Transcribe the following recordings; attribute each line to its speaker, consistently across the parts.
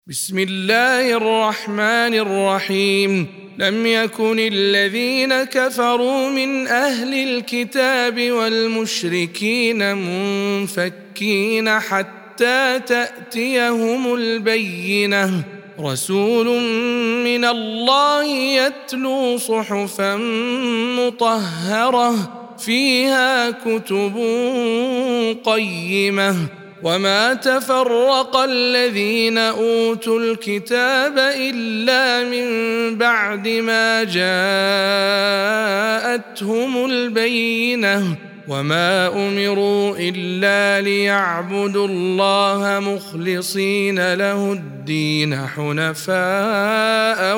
Speaker 1: بسم الله الرحمن الرحيم. لم يكن الذين كفروا من أهل الكتاب والمشركين منفكين حتى تأتيهم البينة، رسول من الله يتلو صحفا مطهرة فيها كتب قيمة. وما تفرق الذين أوتوا الكتاب إلا من بعد ما جاءتهم البينة، وما أمروا إلا ليعبدوا الله مخلصين له الدين حنفاء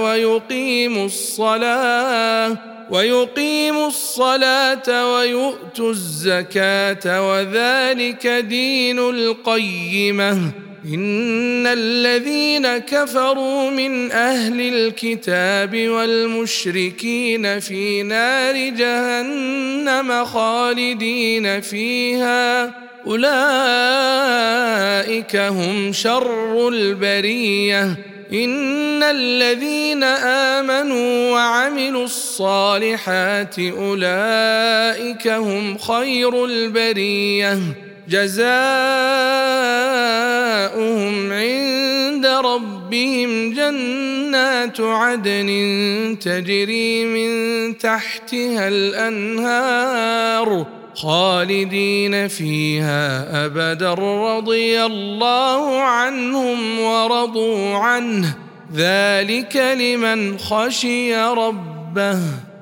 Speaker 1: ويقيموا الصلاة ويؤتوا الزكاة وذلك دين القيمة. إن الذين كفروا من أهل الكتاب والمشركين في نار جهنم خالدين فيها، أولئك هم شر البرية. إن الذين آمنوا وعملوا الصالحات أولئك هم خير البرية، جزاؤهم عند ربهم جنات عدن تجري من تحتها الأنهار خالدين فيها أبدا، رضي الله عنهم ورضوا عنه، ذلك لمن خشي ربه.